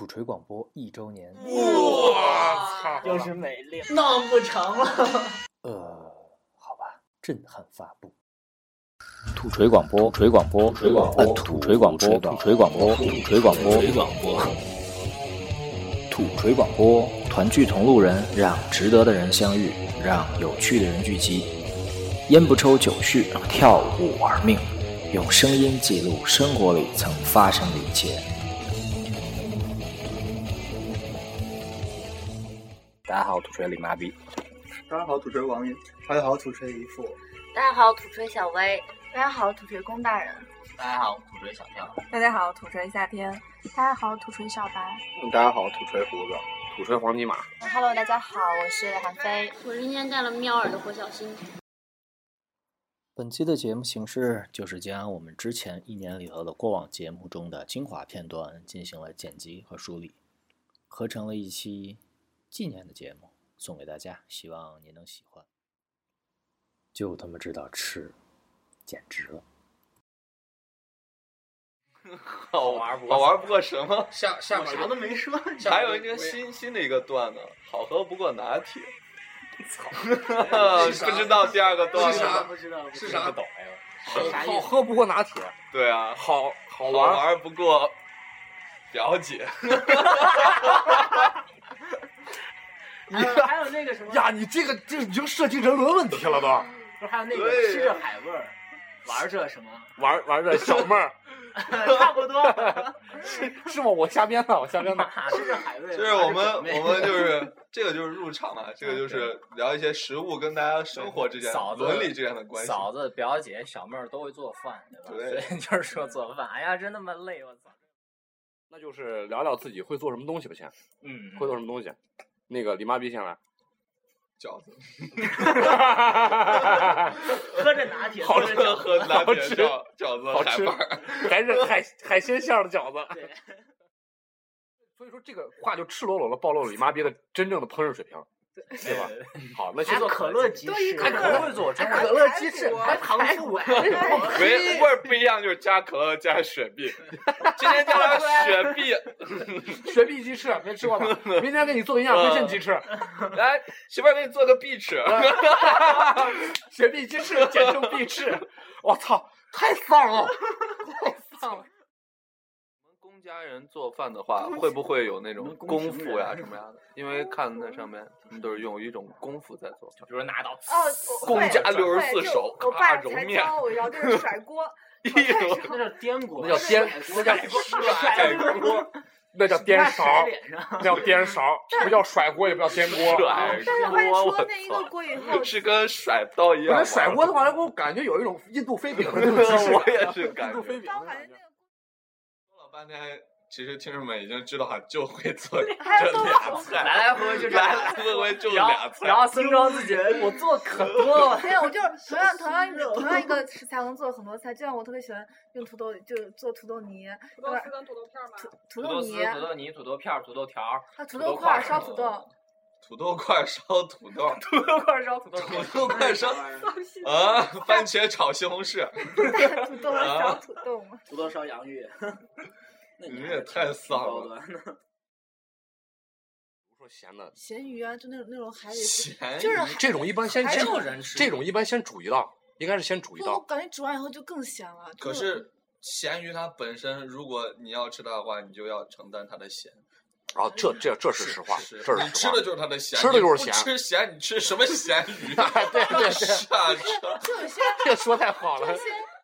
土锤广播1周年。 哇操， 又是美丽，弄不成了。 好吧，震撼发布。土锤广播，土锤广播，土锤广播，土锤广播，土锤广播，土锤广播，土锤广播，团聚同路人，让值得的人相遇，让有趣的人聚集。烟不抽酒续，跳舞玩命，用声音记录生活里曾发生的一切。大家好，土锤李妈逼。 大家好，土锤王爷。大家好，土锤姨父。 大家好，土锤小薇。 大家好，土锤龚大人。 大家好，土锤小跳。 大家好，土锤夏天。大家好，土锤小白。 大家好，土锤胡子。 土锤黄金马。 Hello， 大家好，我是韩飞。 我是今天干了喵耳的霍小新。 本期的节目形式就是将我们之前1年里头的过往节目中的精华片段进行了剪辑和梳理，合成了一期纪念的节目送给大家，希望您能喜欢。就他妈知道吃，简直了！ 好玩不过什么？ 下面啥都没说。 还有一个新的一个段子，好喝不过拿铁。操！不知道第二个段子不知道是啥？ 不懂哎。 好喝不过拿铁。 对啊， 好玩不过表姐。 还有那个什么呀，你这已经涉及人伦问题了都。 不是还有那个吃着海味儿，玩着什么？ 玩着小妹儿。 差不多。 是吗？我瞎编的， 吃着海味。 就是我们就是这个就是入场嘛，这个就是聊一些食物跟大家生活之间、伦理之间的关系。 嫂子、表姐、小妹儿都会做饭，对吧？ 对， 所以就是说做饭，哎呀，真那么累，我操！ 那就是聊聊自己会做什么东西吧，先。会做什么东西？那个李妈逼先来。 饺子。 喝着拿铁， 好吃，喝拿铁，饺子， 好吃，还是海鲜馅的饺子。 对。 所以说这个话就赤裸裸的暴露了李妈逼的真正的烹饪水平，对吧？好，那先做可乐鸡翅， 还可会做，真可乐鸡翅，还糖醋， 味儿不一样，就是加可乐加雪碧。今天叫它雪碧， 雪碧鸡翅没吃过吧？明天给你做营养回肾鸡翅， 来媳妇儿给你做个碧翅， 雪碧鸡翅简称碧翅。我操，太丧了，太丧了。 公家人做饭的话，会不会有那种功夫呀什么样的？因为看那上面，他们都是用一种功夫在做， 比如拿刀。 公家64手， 我爸揉面， 我然后就是甩锅。 那叫颠锅， 那叫甩锅，那叫颠勺，那叫颠勺，不叫甩锅，也不叫颠锅。 但是发现出了那一个锅以后， 是跟甩刀一样。 跟甩锅的话，给我感觉有一种印度飞饼的那种姿势。我也是感觉。 印度飞饼。 说了半天，其实听众们已经知道他就会做这俩菜， 来来回回就俩菜。 然后孙庄自己，我做可多了。 没有，我就同样一个食材，我能做很多菜。就像我特别喜欢用土豆，就做土豆泥。 土豆丝跟土豆片吗？ 土豆泥、 土豆泥、 土豆片、土豆条。 土豆块烧土豆。 土豆块烧土豆。 土豆块烧土豆。 土豆块烧啊！番茄炒西红柿。 土豆烧土豆吗？ 土豆烧洋芋。 你也太丧了。 比如说咸鱼啊，就那种海里， 就是这种一般先煮一道，应该是先煮一道。 我感觉煮完以后就更咸了。 可是咸鱼它本身，如果你要吃它的话，你就要承担它的咸。 啊，这是实话，这是实话。 你吃的就是它的咸， 吃的就是咸。 不吃咸，你吃什么咸鱼？ 对， 是啊， 这说太好了。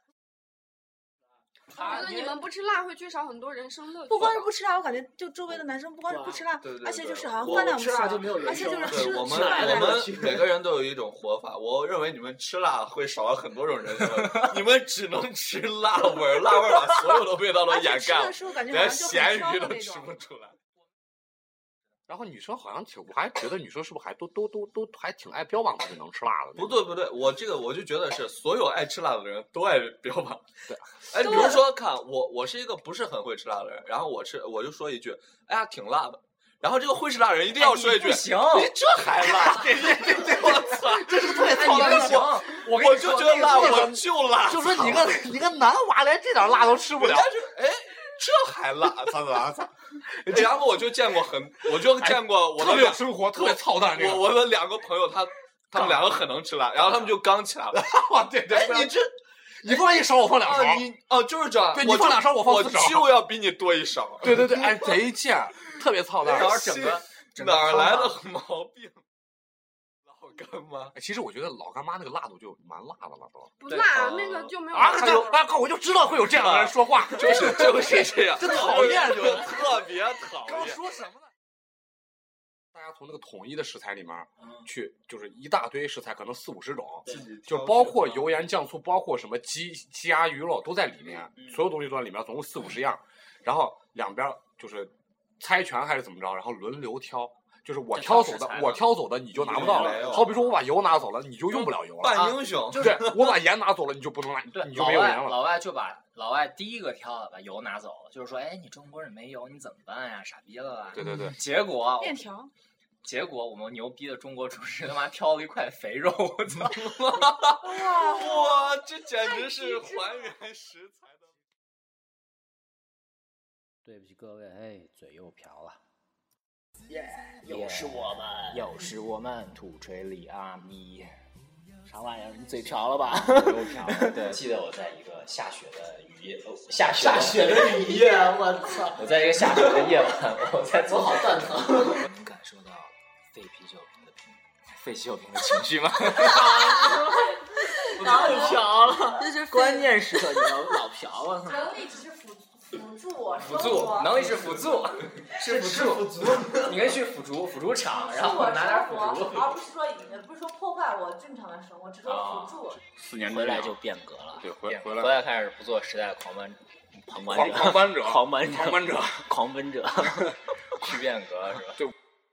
我觉得你们不吃辣会缺少很多人生乐趣。 不光是不吃辣，我感觉就周围的男生不光是不吃辣，而且就是好像饭量不少，而且就是吃我们每个人都有一种活法。我认为你们吃辣会少了很多种人生乐趣，你们只能吃辣味儿，辣味儿把所有的味道都掩盖了，连咸鱼都吃不出来。 然后女生好像我还觉得女生是不是还都还挺爱标榜自己能吃辣的？ 不对，我就觉得是所有爱吃辣的人都爱标榜。对，哎，比如说看我是一个不是很会吃辣的人，然后我就说一句，哎呀挺辣的，然后这个会吃辣的人一定要说一句， 不行， 这还辣？对，我操， 这是特别操蛋的。 我就觉得辣，我就辣。 就说你个男娃连这点辣都吃不了， 哎。这还辣，操！ 然后我就见过我特别有的生活，特别操蛋。 我的2个朋友，他们2个很能吃辣，然后他们就刚起来了。 对， 你放1勺，我放2勺。 就是这样。 对，你放2勺，我放4勺。 我就要比你多1勺。 对，哎，贼贱，特别操蛋。 然后哪儿来的毛病？老干妈。 其实我觉得老干妈那个辣度就蛮辣的了都。 不辣，那个就没有。 我就知道会有这样的人说话， 就是这样， 真讨厌， 就特别讨厌。 刚说什么呢？大家从那个统一的食材里面去，就是一大堆食材，可能40-50种，就包括油盐酱醋，包括什么鸡鸭鱼肉都在里面，所有东西都在里面，总共40-50样，然后两边就是猜拳还是怎么着，然后轮流挑。就是我挑走的你就拿不到了。好比说我把油拿走了，你就用不了油了。 扮英雄， 对，我把盐拿走了，你就不能你就没有盐了。 老外第一个挑了，把油拿走了，就是说，哎，你中国人没油，你怎么办呀？傻逼了吧？ 对。 结果面条。 结果我们牛逼的中国厨师他妈挑了一块肥肉，我操！ 哇，这简直是还原食材的。 对不起各位，嘴又瓢了。 又是我们土锤里阿咪， 啥玩意儿？你嘴瓢了吧？ 又瓢了。对，记得我在一个下雪的雨夜，下雪的雨夜，我操！ 我在一个下雪的夜晚， 我好蛋疼。 能感受到废啤酒瓶的情绪吗？ 老瓢了， 这是关键时刻你老瓢了。 能力只是辅助，能力是辅助，是辅助。你可以去辅助场，然后拿点辅助， 而不是说破坏我正常的生活，只是辅助。 4年回来就变革了， 对，回来开始不做时代狂奔者，去变革是吧？ 对。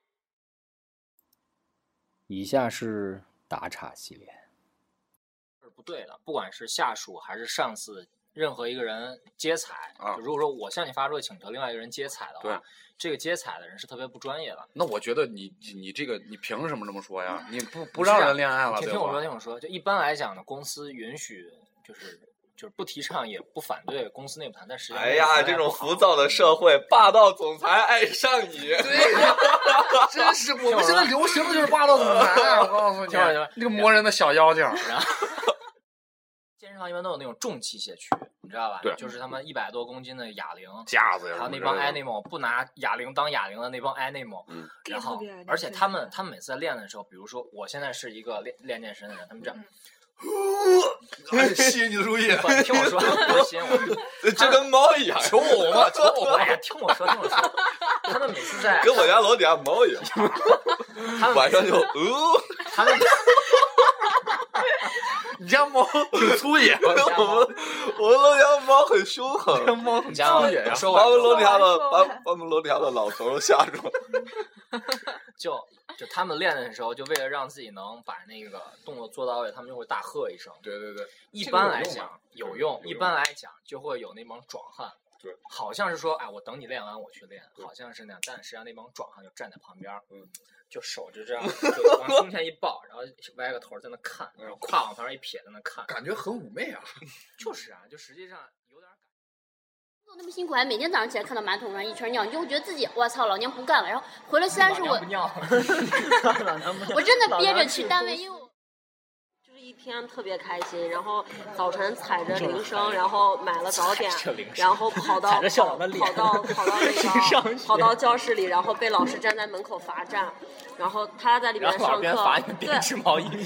以下是打岔系列。 是不对的，不管是下属还是上司。任何一个人接彩如果说我向你发出请求，另外一个人接彩的话，这个接彩的人是特别不专业的。 那我觉得你这个你凭什么这么说呀？你不让人恋爱了？ 听我说，就一般来讲呢，公司允许就是不提倡也不反对公司内部谈，但实际上， 哎呀，这种浮躁的社会，霸道总裁爱上你， 对，真是我们现在流行的就是霸道总裁。我告诉你，那个磨人的小妖精。 然后健身房一般都有那种重器械区，你知道吧？ 对， 就是他们100多公斤的哑铃架子呀， 还有那帮 animal 不拿哑铃当哑铃的那帮 animal，然后而且他们每次在练的时候，比如说我现在是一个练健身的人，他们这样。 吸引你的注意， 听我说，吸引我， 这跟猫一样， 求偶嘛，求偶。 哎呀，听我说，他们每次在跟我家楼底下猫一样，晚上就他们。 你家猫挺粗野， 我们楼底下猫很凶狠， 猫很粗野呀， 把我们楼底下的老头吓住。 就他们练的时候，就为了让自己能把那个动作做到位，他们就会大喝一声。 对。 一般来讲有用，一般来讲就会有那帮壮汉。 对， 好像是说，哎，我等你练完我去练，好像是那样，但实际上那帮壮汉就站在旁边，就手就这样就往胸前一抱，然后歪个头在那看，然后胯往旁边一撇在那看， 感觉很妩媚啊。 就是啊，就实际上有点。 做那么辛苦，还每天早上起来看到马桶上一圈尿，你就会觉得自己我操，老娘不干了。然后回了西安市，我真的憋着去单位，因为我就是一天特别开心，然后早晨踩着铃声，然后买了早点，然后跑到教室里，然后被老师站在门口罚站，然后他在里面上课， 罚你编织毛衣，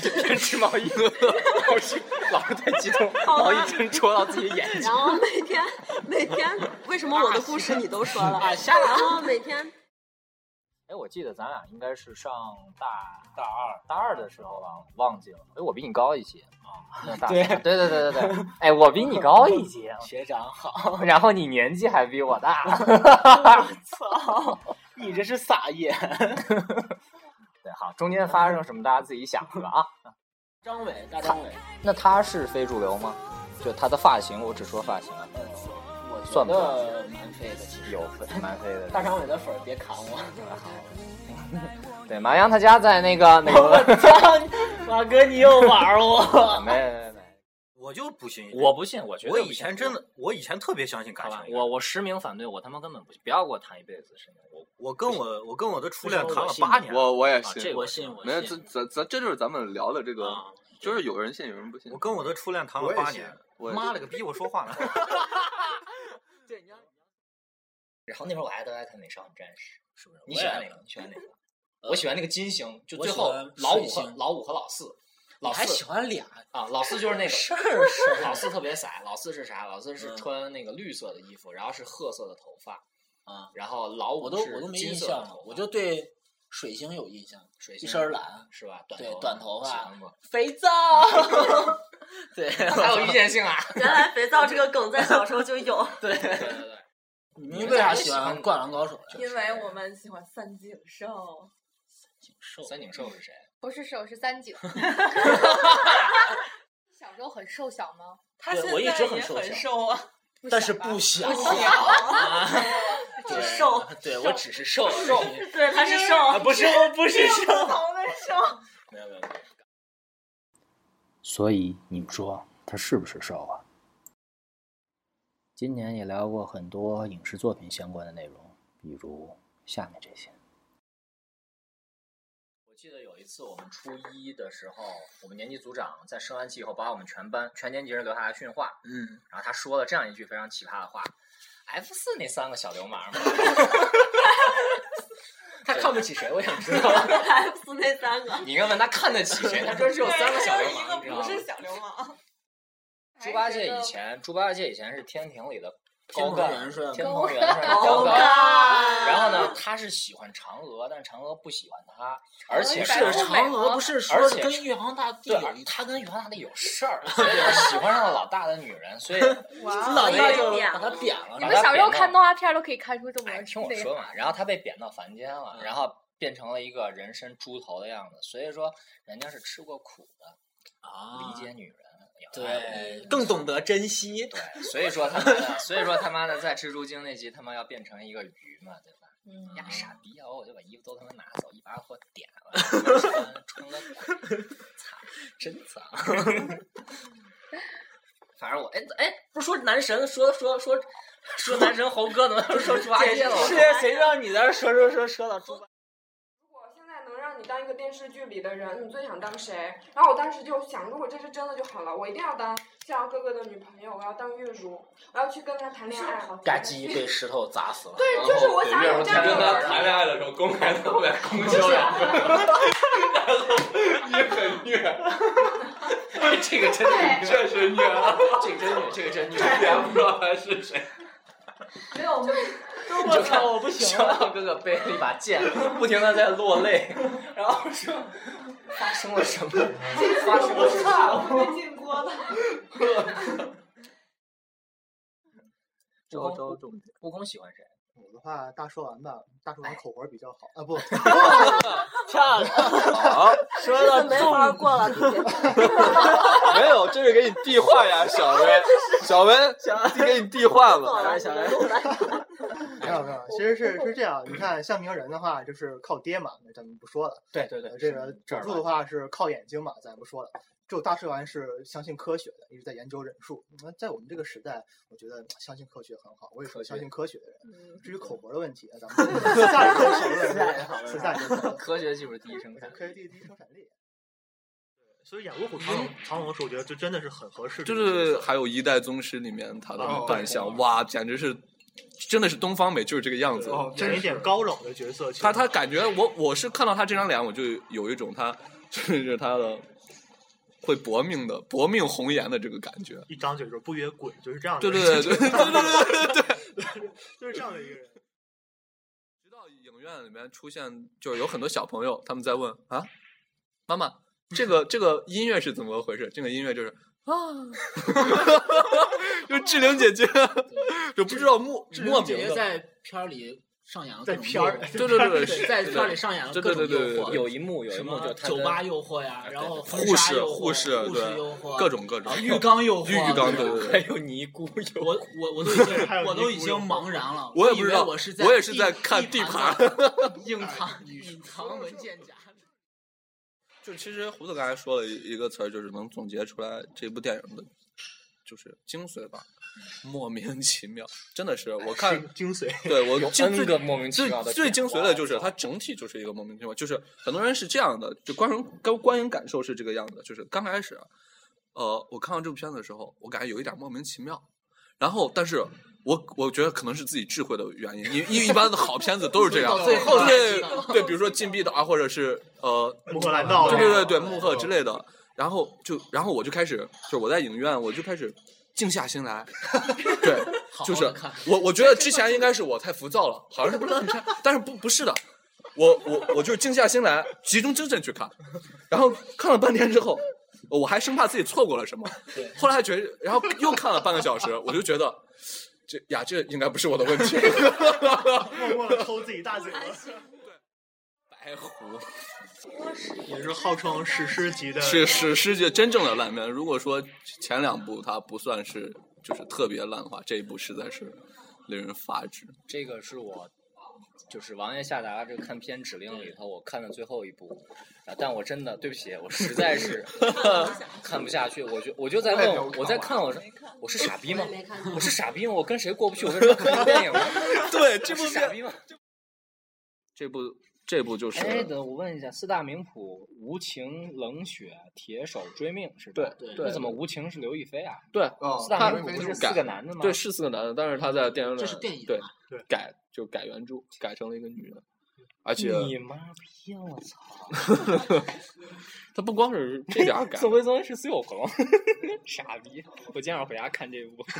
老师太激动，毛衣真戳到自己眼睛。 然后每天，为什么我的故事你都说了？然后每天。 哎，我记得咱俩应该是上大二的时候吧，忘记了。哎，我比你高一级啊。对。哎，我比你高一级， 学长好。 然后你年纪还比我大。 操！你这是撒野。 对，好，中间发生什么大家自己想是吧？啊。 大张伟。 那他是非主流吗？就他的发型，我只说发型啊。 我算不蛮飞的，其实有蛮飞的。 大张伟的粉别砍我。 好。对，马阳他家在那个。 我操，马哥你又玩我。 没。 我就不信， 我不信，我觉得我以前真的，我以前特别相信感情。 我实名反对，我他妈根本不信，不要给我谈一辈子是吗？ 我跟我的初恋谈了8年， 我也信， 这我信。 没有，咱这就是咱们聊的这个，就是有人信，有人不信。 我跟我的初恋谈了8年，妈了个逼，我说话呢。 对，然后那会儿我还都爱看《美少女战士》，是不是？你喜欢哪个？你喜欢哪个？我喜欢那个金星，就最后老五和老四。老四还喜欢俩啊？老四就是那个事儿， 老四特别色。老四是啥？老四是穿那个绿色的衣服，然后是褐色的头发啊。 然后老五我都没印象了，我就对水星有印象， 水星一身蓝是吧？ 短头发， 肥皂。对，还有预见性啊！ 原来肥皂这个梗在小时候就有。 对。 你为啥喜欢《灌篮高手》？ 因为我们喜欢三井寿。 三井寿是谁？ 不是寿，是三井。小时候很瘦小吗？ 他现在我一直很瘦啊， 但是不小。 只瘦。 对，我只是瘦。 对，他是瘦， 不是瘦。 没有。 所以你们说他是不是瘦啊？今年也聊过很多影视作品相关的内容，比如下面这些。 我记得有一次我们初一的时候，我们年级组长在升完旗以后，把我们全年级人留下来训话。然后他说了这样一句非常奇葩的话 ：“F4 那3个小流氓嘛。”他看不起谁？我想知道。 F4 那3个。 你应该问他看得起谁？他说只有3个小流氓， 一个不是小流氓。 猪八戒以前是天庭里的高干，天蓬元帅高干。然后呢，他是喜欢嫦娥，但是嫦娥不喜欢他，而且是嫦娥不是说跟玉皇大帝他跟玉皇大帝有事儿，所以他喜欢上了老大的女人，所以老大就把他贬了。 你们小时候看动画片都可以看出这么听我说嘛，然后他被贬到凡间了，然后变成了一个人身猪头的样子，所以说人家是吃过苦的理解女人。 对，更懂得珍惜。 对，所以说他妈的在蜘蛛精那集他妈要变成一个鱼嘛，对吧？呀，傻逼啊！我就把衣服都他妈拿走，一把火点了，冲了滚，操，真脏。反正我不是说男神说男神猴哥，怎么说猪八戒了？ 是谁让你在这说到猪八？ 你当一个电视剧里的人，你最想当谁？然后我当时就想，如果这是真的就好了，我一定要当逍遥哥哥的女朋友，我要当月如，我要去跟他谈恋爱。 嘎叽被石头砸死了。 对，就是我想有这样的。 跟他谈恋爱的时候，公开在后面空销两个人，然后也很虐。 这个真虐， 确实虐啊！ 这个真虐， 也不知道他是谁。 没有， 我操，我不行逍遥哥哥背了一把剑，不停的在落泪，然后说发生了什么？发生了什么？ 我被禁播了。 悟空喜欢谁？ 我的话，大寿丸吧，大寿丸口活比较好啊，不， 漂亮，好，说到没法过了， 没有，这是给你递话呀，小薇，给你递话嘛， 小薇， 没有，其实是这样，你看像鸣人的话，就是靠爹嘛，那咱们不说了。 对， 这个佐助的话是靠眼睛嘛，咱不说了。只有大寿丸是相信科学的，一直在研究忍术。那在我们这个时代，我觉得相信科学很好，我也是相信科学的人。至于口活的问题，咱们私下讨论，私下讨论。 科学技术第一生产， 科学第一生产力。 所以演卧虎藏龙是我觉得这真的是很合适的。 就是还有一代宗师里面他的扮相，哇，简直是。真的是东方美，就是这个样子。 演一点高冷的角色。 他感觉我是看到他这张脸，我就有一种就是他的会搏命红颜的这个感觉。 一张嘴就不约滚，就是这样的。 对， 就是这样的一个人。 直到影院里面出现，就是有很多小朋友他们在问啊，妈妈，这个音乐是怎么回事？这个音乐就是。啊，就志玲姐姐，就不知道莫名的在片里上演了在片儿， 对， 在片里上演了各种诱惑， 有一幕就酒吧诱惑呀，然后护士诱惑，各种浴缸诱惑， 浴缸对， 还有尼姑诱惑，我都已经茫然了， 我也不知道，我也是在看地盘， 隐藏文件夹。 就其实胡子刚才说了一个词儿，就是能总结出来这部电影的就是精髓吧，莫名其妙，真的是我看精髓。 对我 N个莫名其妙的最精髓的就是它整体就是一个莫名其妙，就是很多人是这样的，就观影感受是这个样子，就是刚开始，我看到这部片子的时候，我感觉有一点莫名其妙，然后但是。我觉得可能是自己智慧的原因，因为一般的好片子都是这样，最后对，比如说禁闭岛啊，或者是穆赫兰道， 对穆赫之类的，然后我就开始，就是我在影院我就开始静下心来，对，就是我觉得之前应该是我太浮躁了，好像是不是烂片，但是不是的，我就是静下心来，集中精神去看，然后看了半天之后，我还生怕自己错过了什么，后来觉得，然后又看了半个小时，我就觉得。这应该不是我的问题， 默默的抽自己大嘴巴。 白狐也是号称史诗级的， 是史诗级真正的烂片。如果说前2部它不算是就是特别烂的话，这一部实在是令人发指。 这个是我就是王爷下达这个看片指令里头我看的最后一部，但我真的对不起，我实在是看不下去，我就在问，我在看我是傻逼吗？我是傻逼吗？我跟谁过不去？我为什么看电影吗？ 对，这部傻逼吗？ 这部就是。 哎，等我问一下，4大名捕：无情、冷血、铁手、追命，是吧？ 对。 那怎么无情是刘亦菲啊？ 对 ，4大名捕不是4个男的吗？ 对，是4个男的，但是他在电影里这是电影对改原著，改成了一个女人。而且你妈逼！我操！ 他不光是这点改， 所谓中是水火龙，傻逼！我今晚回家看这部。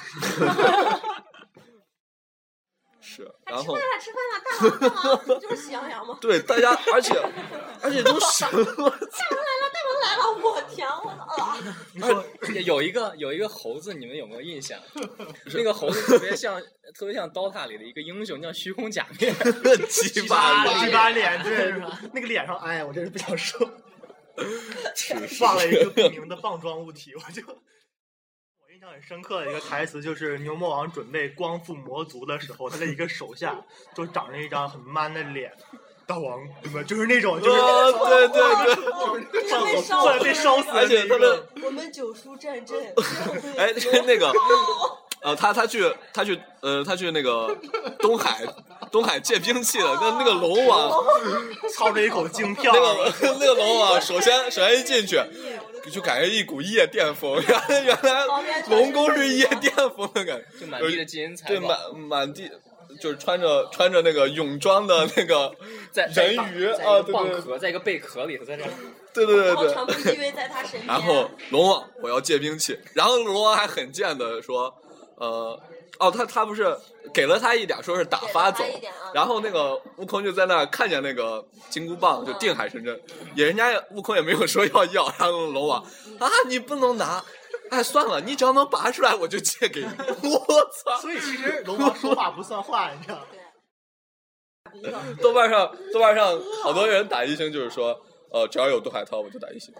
是，然后吃饭了，大王，不就是喜羊羊吗？ 对，大家，而且都是大王来了，我天，我有一个猴子，你们有没有印象？那个猴子特别像 DOTA 里的一个英雄，叫虚空假面， 鸡巴脸，对，那个脸上，哎，我真是不想说，放了一个不明的棒状物体，我印象很深刻的一个台词就是牛魔王准备光复魔族的时候，他的一个手下就长着一张很 man 的脸。大王，对吧？就是那种，就是对， 后来被烧死， 而且他的我们九叔战阵， 哎，那个，他去那个东海借兵器的，跟那个龙王操着一口京票， 那个龙王首先一进去。就感觉一股夜店风，原来龙宫是夜店风的感觉， 就满地的金银财宝， 对，满地就是穿着那个泳装的那个人鱼啊，对对，在一个贝壳里头，在这， 对， 然后长不依偎在他身边， 然后龙王我要借兵器，然后龙王还很贱的说，他不是给了他一点，说是打发走，然后那个悟空就在那看见那个金箍棒，就定海神针，人家悟空也没有说要，然后龙王你不能拿，哎，算了，你只要能拔出来，我就借给你。我操！ 所以其实龙王说话不算话，你知道吗？ 豆瓣上好多人打1星，就是说，只要有杜海涛，我就打1星，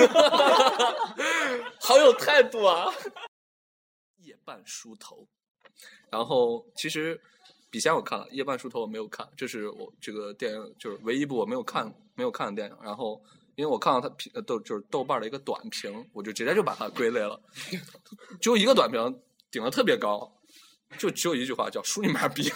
好有态度啊！夜半梳头。然后其实笔仙我看了，夜半梳头我没有看，这是我这个电影就是唯一一部我没有看的电影。然后因为我看到它就是豆瓣的一个短评，我就直接就把它归类了，只有一个短评顶得特别高，就只有一句话叫输你妈逼。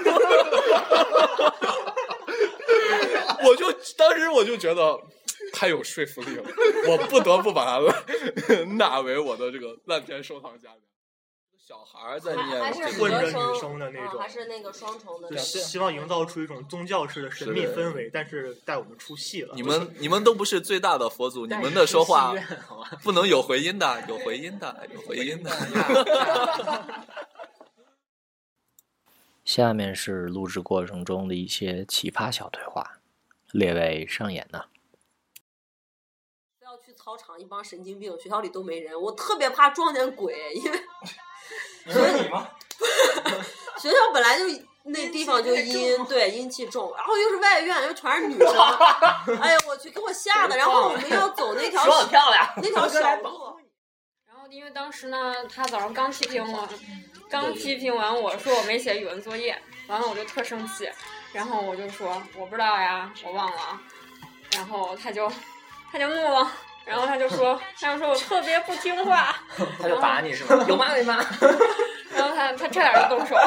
当时我就觉得太有说服力了，我不得不把它纳为我的这个烂片收藏夹里。小孩在念混着女生的那种， 还是那个双重的， 希望营造出一种宗教式的神秘氛围，但是带我们出戏了。 你们都不是最大的佛祖，你们的说话不能有回音的，有回音的。 下面是录制过程中的一些奇葩小对话，列位上演呢。 要去操场，一帮神经病，学校里都没人，我特别怕撞见鬼，因为你吗？ 学校本来就那地方就阴气重，然后又是外院，又全是女生，哎呀，我去，给我吓的。然后我们要走那条说得漂亮， 那条小路。 然后因为当时呢，他早上刚批评完我说我没写语文作业，完了我就特生气，然后我就说我不知道呀，我忘了，然后他就怒了， 然后他就说我特别不听话， 他就打你是吗？有骂没骂？ 然后他差点就动手，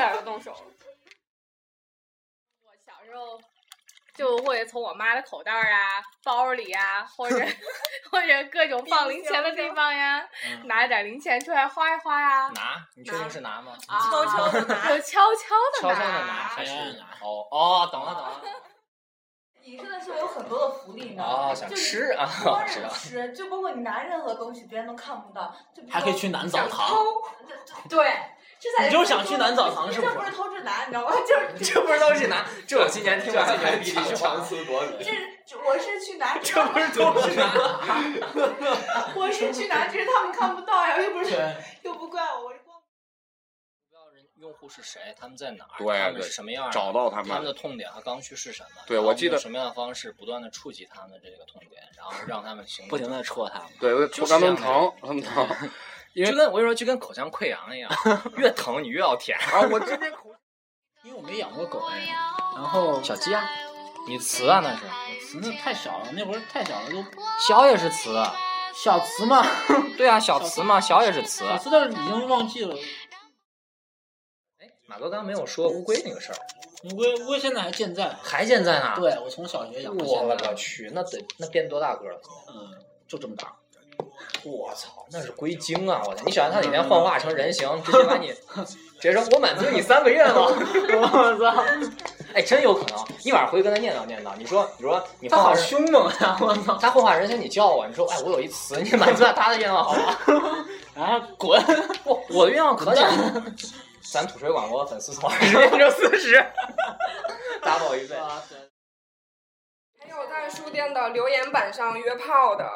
我小时候就会从我妈的口袋啊、包里啊，或者各种放零钱的地方呀，拿一点零钱出来花一花呀。 拿？你确定是拿吗？ 悄悄的拿， 就悄悄的拿，还是拿？哦，懂了。 你说的是有很多的福利，你知道吗？ 想吃啊， 知道。吃，就包括你拿任何东西，别人都看不到。 还可以去男澡堂。 对。 你就是想去男澡堂是不是？ 这不是偷着拿，你知道吗？ 这不是偷着拿，这我今年听过最牛逼的一句话。 我是去拿， 这不是偷着拿。 我是去拿，只是他们看不到呀，又不怪我，我是光。 不知道用户是谁，他们在哪儿， 对， 他们是什么样， 找到他们的痛点和刚需是什么。 对，我记得什么样的方式不断的触及他们的这个痛点，然后让他们不停的戳他们。 对，戳他们疼，他们疼。 就跟我跟你说，就跟口腔溃疡一样，越疼你越要舔。 我这边因为我没养过狗哎，然后小鸡啊，你雌啊那是？ 雌那太小了，那会儿太小了都。 小也是雌， 小雌嘛。 对啊，小雌嘛，小也是雌。 小雌但是已经忘记了。 哎，马哥刚刚没有说乌龟那个事儿。 乌龟现在还健在。 还健在呢？ 对，我从小学养到现在。我个去，那变多大个了？ 就这么大。 我操，那是龟精啊！我操，你想让它里面幻化成人形，直接把你，直接说我满足你3个愿望。我操！哎，真有可能，你晚上回去跟他念叨念叨，你说你他好凶猛呀！我操， 他幻化人形，你叫我，你说哎，我有一词，你满足下他的愿望好吗？ 然后滚！ 我的愿望可简单，咱土水广播粉丝从20变成40，打我一倍。 还有在书店的留言板上约炮的。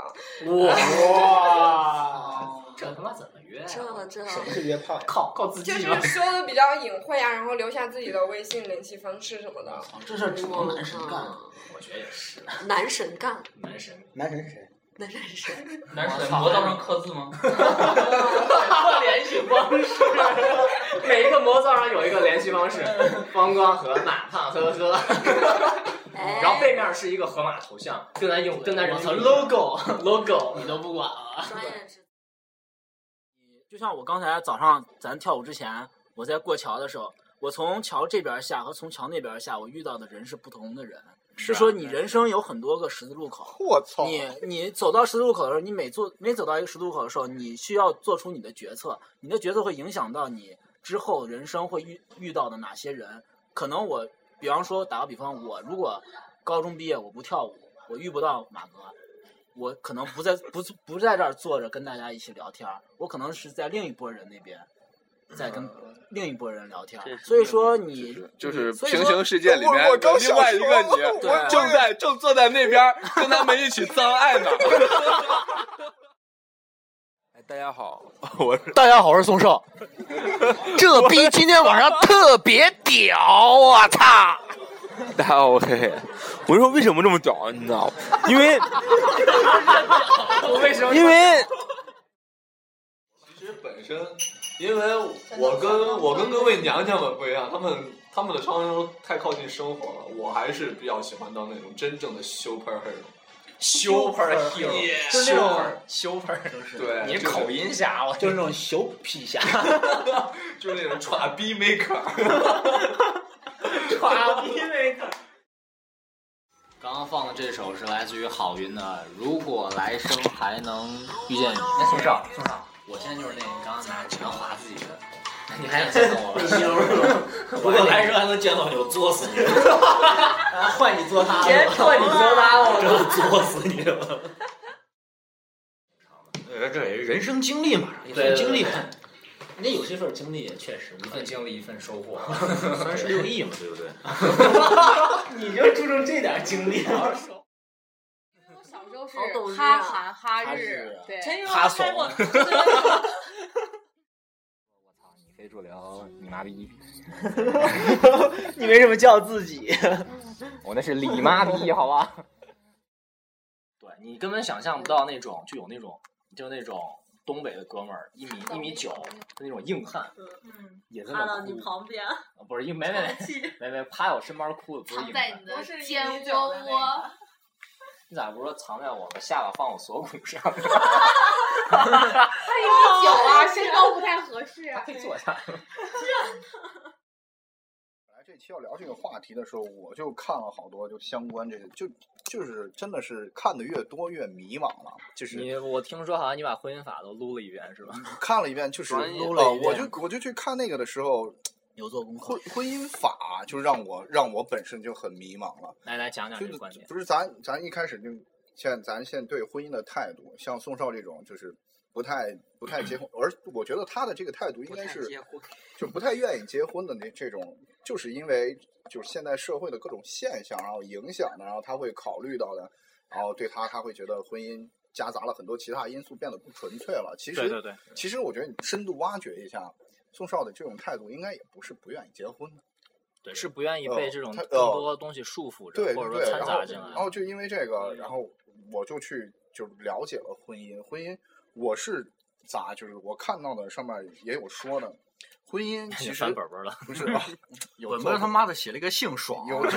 哇！ 这他妈怎么约啊？ 这什么是约炮呀？ 靠自己就是说的比较隐晦啊，然后留下自己的微信联系方式什么的。 这事只能男神干， 我觉得也是。 男神干。 男神是谁？ 男神是谁？ 男神魔道上刻字吗？ 换联系方式，每一个魔造上有一个联系方式，方光和马胖呵呵。然后背面是一个河马头像，跟咱人称 logo 你都不管了。 专业知。 就像我刚才早上咱跳舞之前，我在过桥的时候，我从桥这边下和从桥那边下，我遇到的人是不同的人。是说你人生有很多个十字路口， 我操！ 你走到十字路口的时候，你每走到一个十字路口的时候，你需要做出你的决策，你的决策会影响到你之后人生会遇到的哪些人。可能我，比方说打个比方，我如果高中毕业我不跳舞，我遇不到马哥，我可能不在这儿坐着跟大家一起聊天，我可能是在另一拨人那边。在跟另一拨人聊天，所以说你就是平行世界里面有另外一个你，正坐在那边跟他们一起脏爱呢。 大家好， 我是宋少。 这逼今天晚上特别屌，我操！大家好，我黑黑。我说为什么这么屌，你知道吗？因为其实本身。因为我跟各位娘娘们不一样，他们的超能力太靠近生活了，我还是比较喜欢当那种真正的 superhero， 就是那种 super， 对， 你口音侠， 就是那种小屁侠， 就是那种耍逼 maker， 耍逼 maker。刚刚放的这首是来自于郝云的《如果来生还能遇见你》。哎，宋少。我现在就是那个刚刚拿着枪划自己的，你还想见到我？ 如果来生还能见到你，我作死你！换你作他， 换你作他了， 真作死你了！ 这也是人生经历嘛， 一份经历。那有些份经历也确实， 一份经历一份收获 ，36亿嘛，对不对？ 你就注重这点经历啊！ 是哈韩哈日，对， 哈怂。我操！ 你非主流，你妈逼！ 你为什么叫自己？ 我那是李妈逼，好吧？对你根本想象不到那种，就那种东北的哥们儿，1.9米，就那种硬汉，也这么趴到你旁边， 不是没趴我身边哭的，不是硬汉， 在你的肩窝窝。 你咋不说藏在我的下巴放我锁骨上？ 他1.9米啊，身高不太合适啊。 可以坐下。 本来这期要聊这个话题的时候，我就看了好多就相关这个，就是真的是看的越多越迷茫了。就是我听说好像你把婚姻法都撸了一遍是吧？ 看了一遍，就是撸了一遍。 我就去看那个的时候。 有做功课， 婚姻法就让我本身就很迷茫了。 来讲这个观点。 不是咱一开始就咱现在对婚姻的态度，像宋少这种就是不太结婚，而我觉得他的这个态度应该是就不太愿意结婚的这种，就是因为就是现在社会的各种现象，然后影响的，然后他会考虑到的，然后对他会觉得婚姻夹杂了很多其他因素，变得不纯粹了。其实对， 其实我觉得你深度挖掘一下。宋少的这种态度，应该也不是不愿意结婚的， 对，是不愿意被这种更多东西束缚着，或者说掺杂进来。 然后就因为这个，然后我就去了解了婚姻。婚姻我是就是我看到的上面也有说的，婚姻其实翻本本了， 不是本本他妈的写了一个姓爽， 有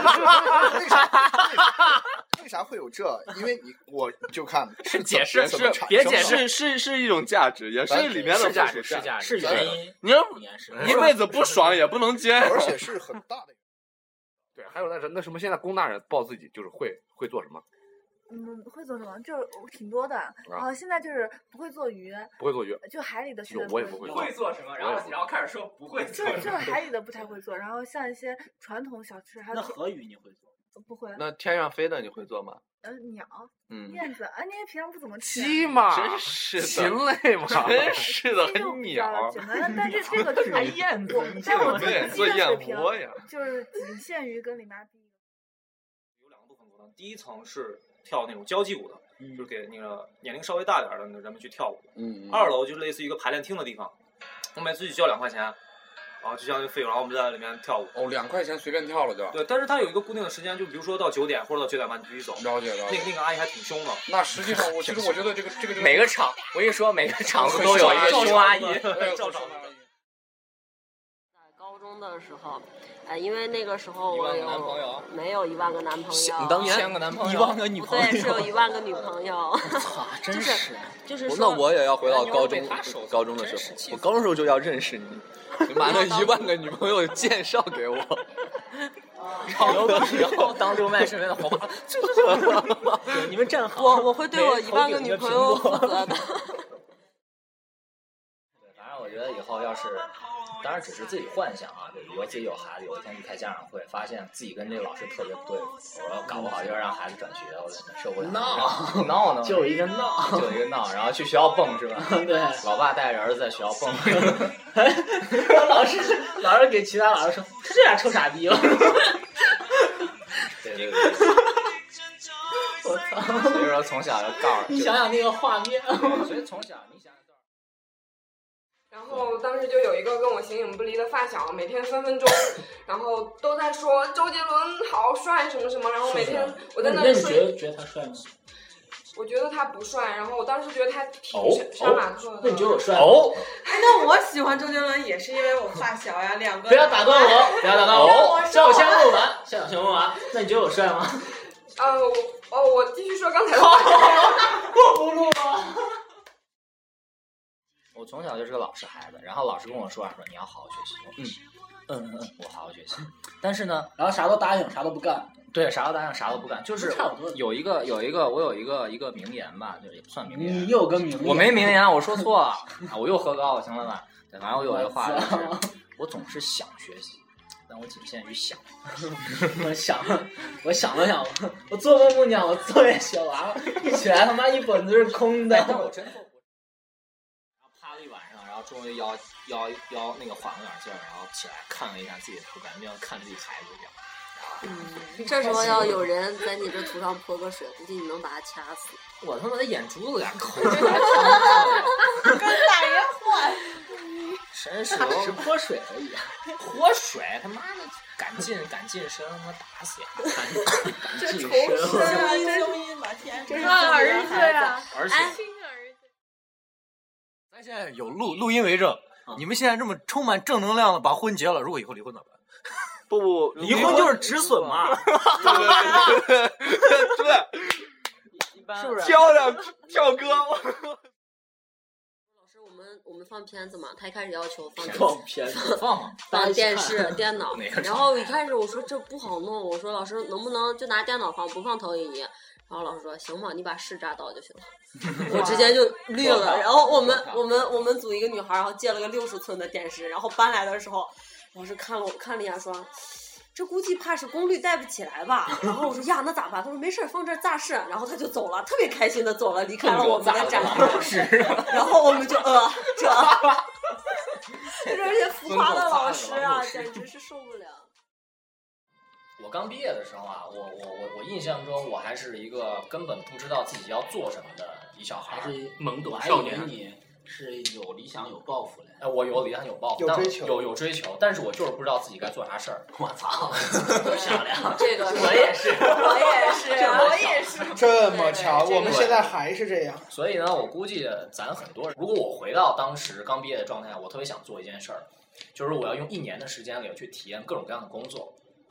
为啥会有这？因为我就看是解释，别解释，是一种价值，也是里面的价值，是原因。 你要一辈子不爽也不能结， 而且是很大的。 对，还有那什么，现在工大人报自己就是会做什么？ 会做什么？就是挺多的。然后现在就是不会做鱼， 不会做鱼， 就海里的现在我也不会做。会做什么？然后开始说不会做。 就是海里的不太会做。然后像一些传统小吃，还有那河鱼你会做？ 不会。 那天上飞的你会做吗？ 鸟，燕子，你也平常不怎么吃。 鸡嘛， 真是的， 禽类嘛， 真是的，很鸟。 简单的，但是这个就是燕子， 但我做燕窝呀， 就是仅限于跟李妈比。 有2个部分功能，第一层是跳那种交际舞的，就是给那个年龄稍微大点的人们去跳舞。2楼就类似于一个排练厅的地方，我每次去交2块钱。然后就相当于费用，然后我们在里面跳舞。 2块钱随便跳了就。 对，但是它有一个固定的时间，就比如说到9点或者到9点半你必须走。 了解。 那个阿姨还挺凶的。 那实际上，其实我觉得这个每个场，我跟你说，每个场子都有一个凶阿姨。 照常。 在高中的时候，因为那个时候我没有1万个男朋友， 你当1000个男朋友， 1万个女朋友， 对，是有1万个女朋友。 操，真是。 就是说， 那我也要回到高中的时候，我高中时候就要认识你。你把那1万个女朋友介绍给我， 然后当众卖身份的黄花，你们站好。 我会对我1万个女朋友负责的。 对，反正我觉得以后要是，当然只是自己幻想啊，比如说自己有孩子，有一天去开家长会，发现自己跟这个老师特别不对付，我说搞不好就要让孩子转学，我真的受不了。闹呢， 就一个闹， 然后去学校蹦是吧？ 对， 老爸带着儿子在学校蹦。 老师给其他老师说，这俩臭傻逼了。 对。 我操！ 所以说从小就告诉你想想那个画面， 所以从小你想。 然后当时就有一个跟我形影不离的发小，每天分分钟，然后都在说周杰伦好帅什么什么，然后每天我在那里睡。 你觉得他帅吗？ 我觉得他不帅，然后我当时觉得他挺杀马特的。 那你觉得我帅？ 那我喜欢周杰伦也是因为我发小呀，2个。 不要打断我！让我先问完，先问完。那你觉得我帅吗？ 我继续说刚才的话。 我不录了。 我从小就是个老实孩子，然后老师跟我说你要好好学习。我好好学习。但是呢， 然后啥都答应，啥都不干。 对，啥都答应，啥都不干，就是有一个我有一个名言吧，就是也不算名言。 你有个名言？ 我没名言，我说错了我又喝高了，行了吧？对，反正我有一个话就是，我总是想学习，但我仅限于想。 我想了想，我做梦梦见我作业写完了，一起来他妈一本子是空的。 但我真做不。然后趴了一晚上，然后终于腰那个缓了点劲儿，然后起来看了一下自己的涂改，就像看自己孩子一样。 这时候要有人在你这涂上泼个水，估计你能把他掐死。 我他妈的眼珠子俩抠出来，跟大爷换。 真是， 只是泼水而已。 泼水，他妈的敢近身，他妈打死呀！ 这仇深啊！声音把天， 这是儿子呀， 儿子， 亲儿子。 咱现在有录音为证，你们现在这么充满正能量的把婚结了，如果以后离婚怎么办？ 不， 离婚就是止损嘛。 对。 分， 是不是？ 跳歌。 我们放片子嘛，他一开始要求放片子放电视、电脑，然后一开始我说这不好弄，我说老师能不能就拿电脑放，不放投影仪？然后老师说行吧，你把视扎到就行了。我直接就绿了。然后我们组一个女孩，然后借了个60寸的电视，然后搬来的时候，老师看了一眼说。这估计怕是功率带不起来吧？然后我说呀，那咋办？他说没事，放这儿咋试？然后他就走了，特别开心的走了，离开了我们的展室。然后我们就这些浮夸的老师啊，简直是受不了。 我刚毕业的时候啊，我印象中我还是一个根本不知道自己要做什么的一小孩， 还是懵懂少年。你是有理想有抱负的。 我有理想有抱负，有追求，但是我就是不知道自己该做啥事儿。 我操，漂亮！ 这个我也是。 这么巧，我们现在还是这样。 所以呢，我估计咱很多人，如果我回到当时刚毕业的状态，我特别想做一件事儿，就是我要用1年的时间里去体验各种各样的工作。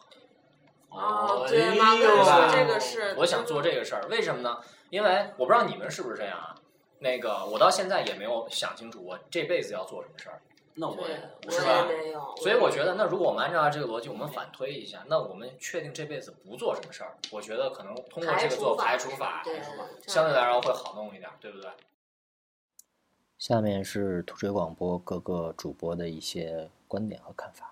对，马哥说这个是。 我想做这个事儿，为什么呢？因为我不知道你们是不是这样啊。我到现在也没有想清楚我这辈子要做什么事儿。 那我也没有。 所以我觉得，那如果我们按照这个逻辑，我们反推一下，那我们确定这辈子不做什么事儿，我觉得可能通过这个做排除法，相对来说会好弄一点，对不对？ 下面是土锤广播各个主播的一些观点和看法。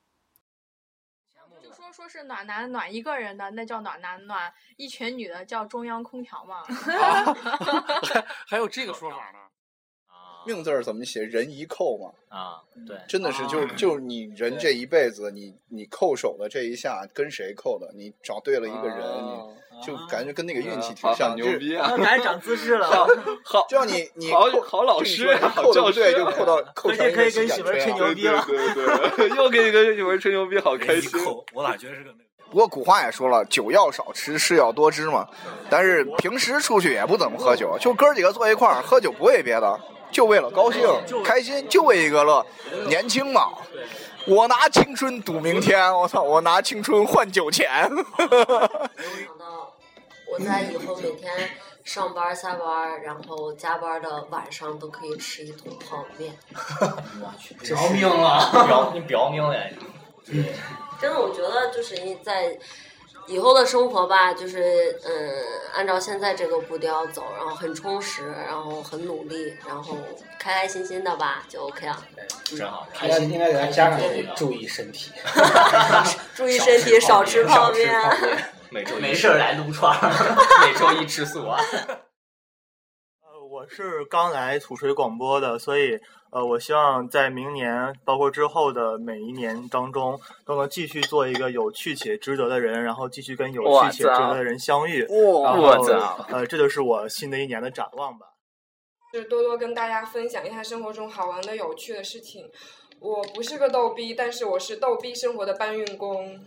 说是暖男暖一个人的那叫暖男，暖一群女的叫中央空调嘛。 还有这个说法呢？ 命字怎么写？人一扣嘛。 对， 真的是就你人这一辈子，你扣手的这一下跟谁扣的？你找对了一个人，你就感觉跟那个运气挺像。 牛逼啊！ 赶紧长姿势了。 好， 就你好老师， 好教对，就扣成可以跟媳妇吹牛逼了。 对，又给你跟媳妇吹牛逼，好开心。 我咋觉得是个那个？ 不过古话也说了，酒要少吃，事要多知嘛。但是平时出去也不怎么喝酒，就哥几个坐一块儿喝酒，不为别的，就为了高兴、开心，就为一个乐。年轻嘛，我拿青春赌明天，我操，我拿青春换酒钱。 没有想到，我在以后每天上班下班，然后加班的晚上都可以吃一桶泡面。 我去，表命了，你表命了。 真的，我觉得就是在以后的生活吧，就是按照现在这个步调走，然后很充实，然后很努力，然后开开心心的吧，就 OK 了。 真好， 开心应该给他加上注意身体， 注意身体，少吃泡面。 没事来撸串，每周1吃素啊。 我是刚来土锤广播的，所以我希望在明年包括之后的每一年当中，都能继续做一个有趣且值得的人，然后继续跟有趣且值得的人相遇。这就是我新的一年的展望吧。 就是多多跟大家分享一下生活中好玩的、有趣的事情。我不是个逗逼，但是我是逗逼生活的搬运工。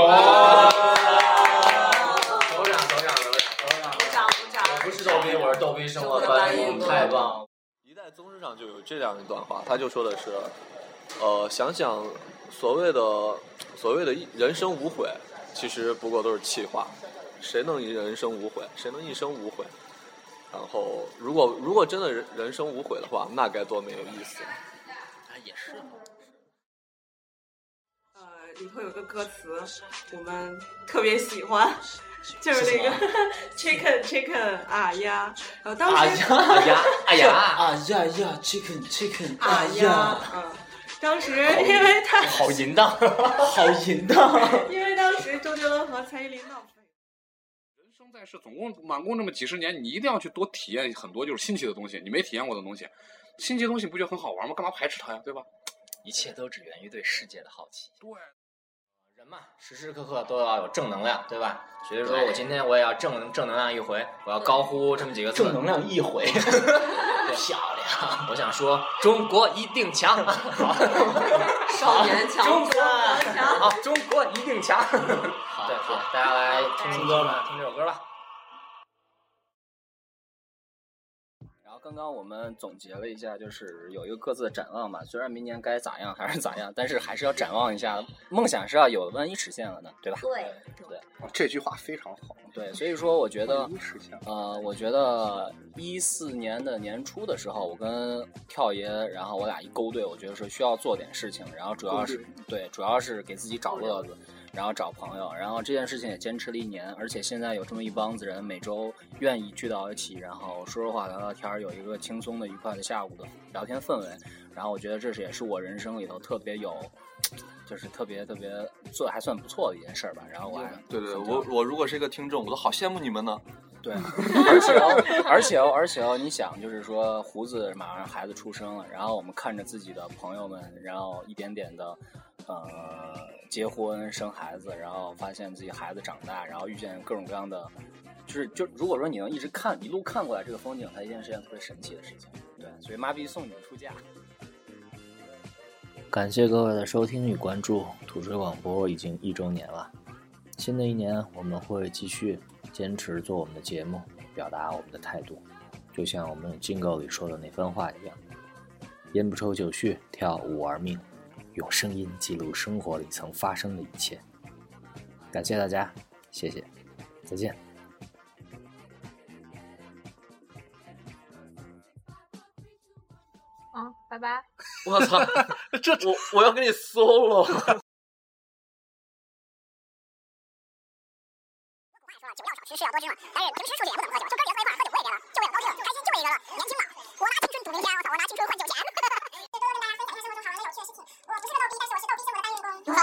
不是逗逼，我是逗逼生活搬运工，太棒了！ 一代宗师上就有这样一段话，他就说的是，想想所谓的人生无悔，其实不过都是气话。谁能人生无悔？谁能一生无悔？然后，如果真的人生无悔的话，那该多没有意思。 也是。 里头有个歌词，我们特别喜欢。就是那个 chicken 啊呀，然后当时chicken 啊呀，当时因为他好淫荡，好淫荡， 因为当时周杰伦和蔡依林闹绯。 人生在世，满共这么几十年，你一定要去多体验很多就是新奇的东西，你没体验过的东西，新奇的东西不就很好玩吗？干嘛排斥它呀？对吧？ 一切都只源于对世界的好奇。 对。 人嘛，时时刻刻都要有正能量，对吧？所以说我今天我也要正能量一回，我要高呼这么几个字： 正能量一回。 漂亮！我想说，中国一定强！ 少年强，中国强！ 好，中国一定强！好，大家来听歌吧，听这首歌吧。 刚刚我们总结了一下，就是有一个各自的展望吧。虽然明年该咋样还是咋样，但是还是要展望一下，梦想是要有，万一实现了呢，对吧？ 对， 这句话非常好。 对，所以说我觉得14年的年初的时候，我跟跳爷，然后我俩一勾兑，我觉得是需要做点事情，然后主要是给自己找乐子，然后找朋友，然后这件事情也坚持了1年，而且现在有这么一帮子人，每周愿意聚到一起，然后说说话、聊聊天，有一个轻松的、愉快的下午的聊天氛围。然后我觉得这也是我人生里头特别有，就是特别做的还算不错的一件事吧。然后我还对，我如果是一个听众，我都好羡慕你们呢。 对，而且你想，就是说胡子马上孩子出生了，然后我们看着自己的朋友们，然后一点点的结婚生孩子，然后发现自己孩子长大，然后遇见各种各样的，就如果说你能一路看过来这个风景，它一件特别神奇的事情。对，所以妈逼送你们出嫁。 感谢各位的收听与关注，土锤广播已经1周年了。新的一年，我们会继续坚持做我们的节目，表达我们的态度，就像我们金狗里说的那番话一样：烟不抽酒续，跳舞玩命，用声音记录生活里曾发生的一切。感谢大家，谢谢，再见。 拜拜。 我操，我要给你搜了。 酒量少，吃药多吃嘛。但是平时出去也不怎么喝酒，就哥几个坐一块喝酒不会别的，就为了高兴，开心就为一个年轻嘛。我拿青春赌明天，我操，我拿青春换酒钱。最多跟大家分享一下生活中好玩的有趣的事情。我不是个逗逼，但是我是逗逼生活的搬运工。哇！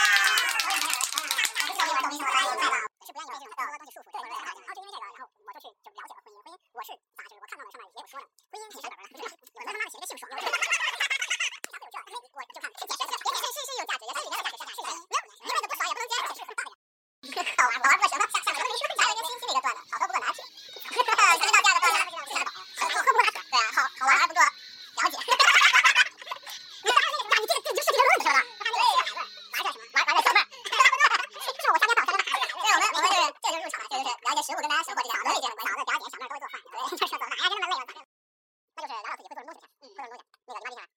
不是逗逼，我是逗逼生活的搬运工。是不愿意被这种很多东西束缚，对。然后就因为这个，然后我就了解了婚姻。婚姻我是咋就是我看到了上面也有说的，婚姻其实有人他妈的写一个姓爽，啥会有这？因为我就看是有价值，也是有价值，是没有因为这不爽也不能接受，是很大的。好玩过什么？下回跟你说，还有一个新的一个段子，好多不过拿铁。遇到这样的段子，喝不过拿铁，对啊，好玩还不够了解。你这设计个论说的，对，玩点什么？玩点小妹儿。是我3天跑3天卡，所以我们就是这就是入场了，这就是聊一些食物跟大家生活之间好多理解的关系，好的，聊点小妹儿都会做饭，对，就是做饭，哎呀，真他妈累了，那就是聊聊自己会做什么东西，会做什么东西，那个你妈厉害。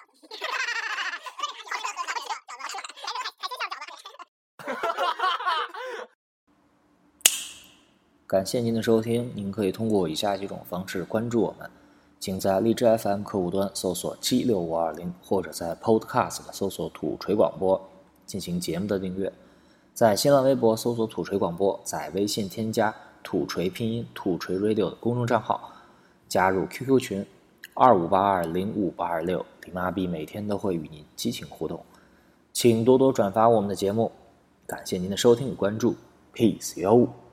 感谢您的收听，您可以通过以下几种方式关注我们，请在荔枝 FM 客户端搜索76520，或者在 Podcast 搜索土锤广播进行节目的订阅，在新浪微博搜索土锤广播，在微信添加土锤拼音土锤 Radio 的公众账号，加入 QQ 群25820586，李妈逼每天都会与您激情互动，请多多转发我们的节目，感谢您的收听与关注 ，Peace yo。